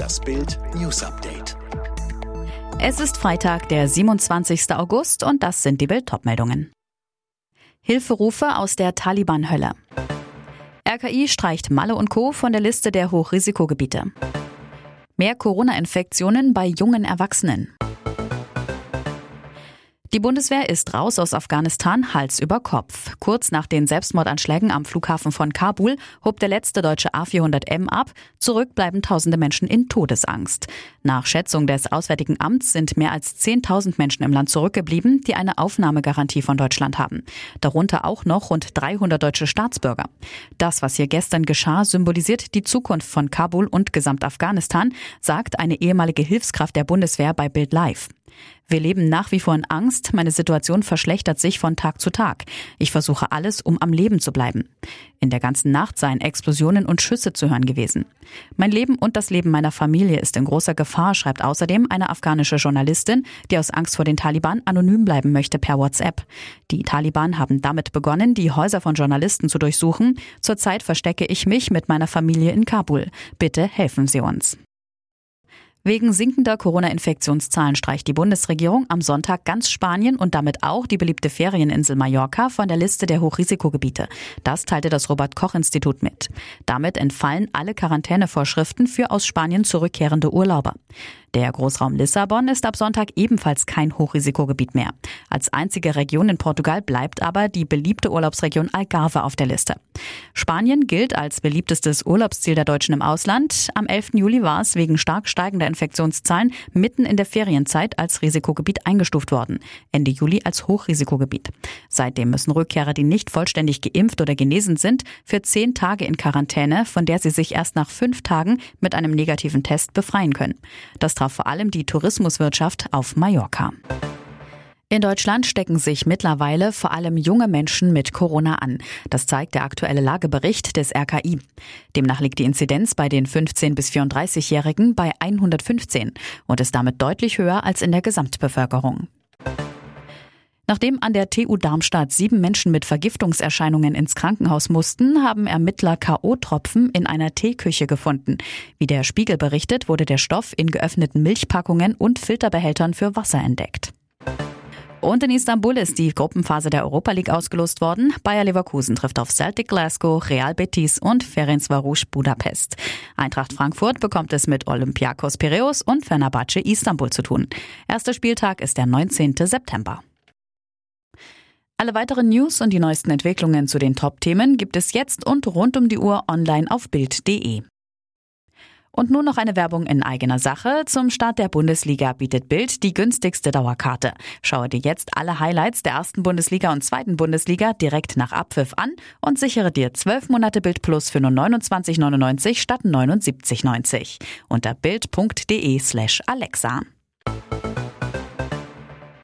Das Bild News Update. Es ist Freitag, der 27. August und das sind die Bild-Top-Meldungen. Hilferufe aus der Taliban-Hölle. RKI streicht Malle und Co. von der Liste der Hochrisikogebiete. Mehr Corona-Infektionen bei jungen Erwachsenen. Die Bundeswehr ist raus aus Afghanistan Hals über Kopf. Kurz nach den Selbstmordanschlägen am Flughafen von Kabul hob der letzte deutsche A400M ab. Zurück bleiben tausende Menschen in Todesangst. Nach Schätzung des Auswärtigen Amts sind mehr als 10.000 Menschen im Land zurückgeblieben, die eine Aufnahmegarantie von Deutschland haben. Darunter auch noch rund 300 deutsche Staatsbürger. Das, was hier gestern geschah, symbolisiert die Zukunft von Kabul und Gesamtafghanistan, sagt eine ehemalige Hilfskraft der Bundeswehr bei Bild Live. Wir leben nach wie vor in Angst. Meine Situation verschlechtert sich von Tag zu Tag. Ich versuche alles, um am Leben zu bleiben. In der ganzen Nacht seien Explosionen und Schüsse zu hören gewesen. Mein Leben und das Leben meiner Familie ist in großer Gefahr, schreibt außerdem eine afghanische Journalistin, die aus Angst vor den Taliban anonym bleiben möchte per WhatsApp. Die Taliban haben damit begonnen, die Häuser von Journalisten zu durchsuchen. Zurzeit verstecke ich mich mit meiner Familie in Kabul. Bitte helfen Sie uns. Wegen sinkender Corona-Infektionszahlen streicht die Bundesregierung am Sonntag ganz Spanien und damit auch die beliebte Ferieninsel Mallorca von der Liste der Hochrisikogebiete. Das teilte das Robert-Koch-Institut mit. Damit entfallen alle Quarantänevorschriften für aus Spanien zurückkehrende Urlauber. Der Großraum Lissabon ist ab Sonntag ebenfalls kein Hochrisikogebiet mehr. Als einzige Region in Portugal bleibt aber die beliebte Urlaubsregion Algarve auf der Liste. Spanien gilt als beliebtestes Urlaubsziel der Deutschen im Ausland. Am 11. Juli war es wegen stark steigender Infektionszahlen mitten in der Ferienzeit als Risikogebiet eingestuft worden. Ende Juli als Hochrisikogebiet. Seitdem müssen Rückkehrer, die nicht vollständig geimpft oder genesen sind, für 10 Tage in Quarantäne, von der sie sich erst nach 5 Tagen mit einem negativen Test befreien können. Das traf vor allem die Tourismuswirtschaft auf Mallorca. In Deutschland stecken sich mittlerweile vor allem junge Menschen mit Corona an. Das zeigt der aktuelle Lagebericht des RKI. Demnach liegt die Inzidenz bei den 15- bis 34-Jährigen bei 115 und ist damit deutlich höher als in der Gesamtbevölkerung. Nachdem an der TU Darmstadt 7 Menschen mit Vergiftungserscheinungen ins Krankenhaus mussten, haben Ermittler K.O.-Tropfen in einer Teeküche gefunden. Wie der Spiegel berichtet, wurde der Stoff in geöffneten Milchpackungen und Filterbehältern für Wasser entdeckt. Und in Istanbul ist die Gruppenphase der Europa League ausgelost worden. Bayer Leverkusen trifft auf Celtic Glasgow, Real Betis und Ferencvaros Budapest. Eintracht Frankfurt bekommt es mit Olympiakos Piräus und Fenerbahce Istanbul zu tun. Erster Spieltag ist der 19. September. Alle weiteren News und die neuesten Entwicklungen zu den Top-Themen gibt es jetzt und rund um die Uhr online auf Bild.de. Und nur noch eine Werbung in eigener Sache. Zum Start der Bundesliga bietet Bild die günstigste Dauerkarte. Schaue dir jetzt alle Highlights der 1. Bundesliga und 2. Bundesliga direkt nach Abpfiff an und sichere dir 12 Monate Bild Plus für nur 29,99 statt 79,90 unter bild.de/Alexa.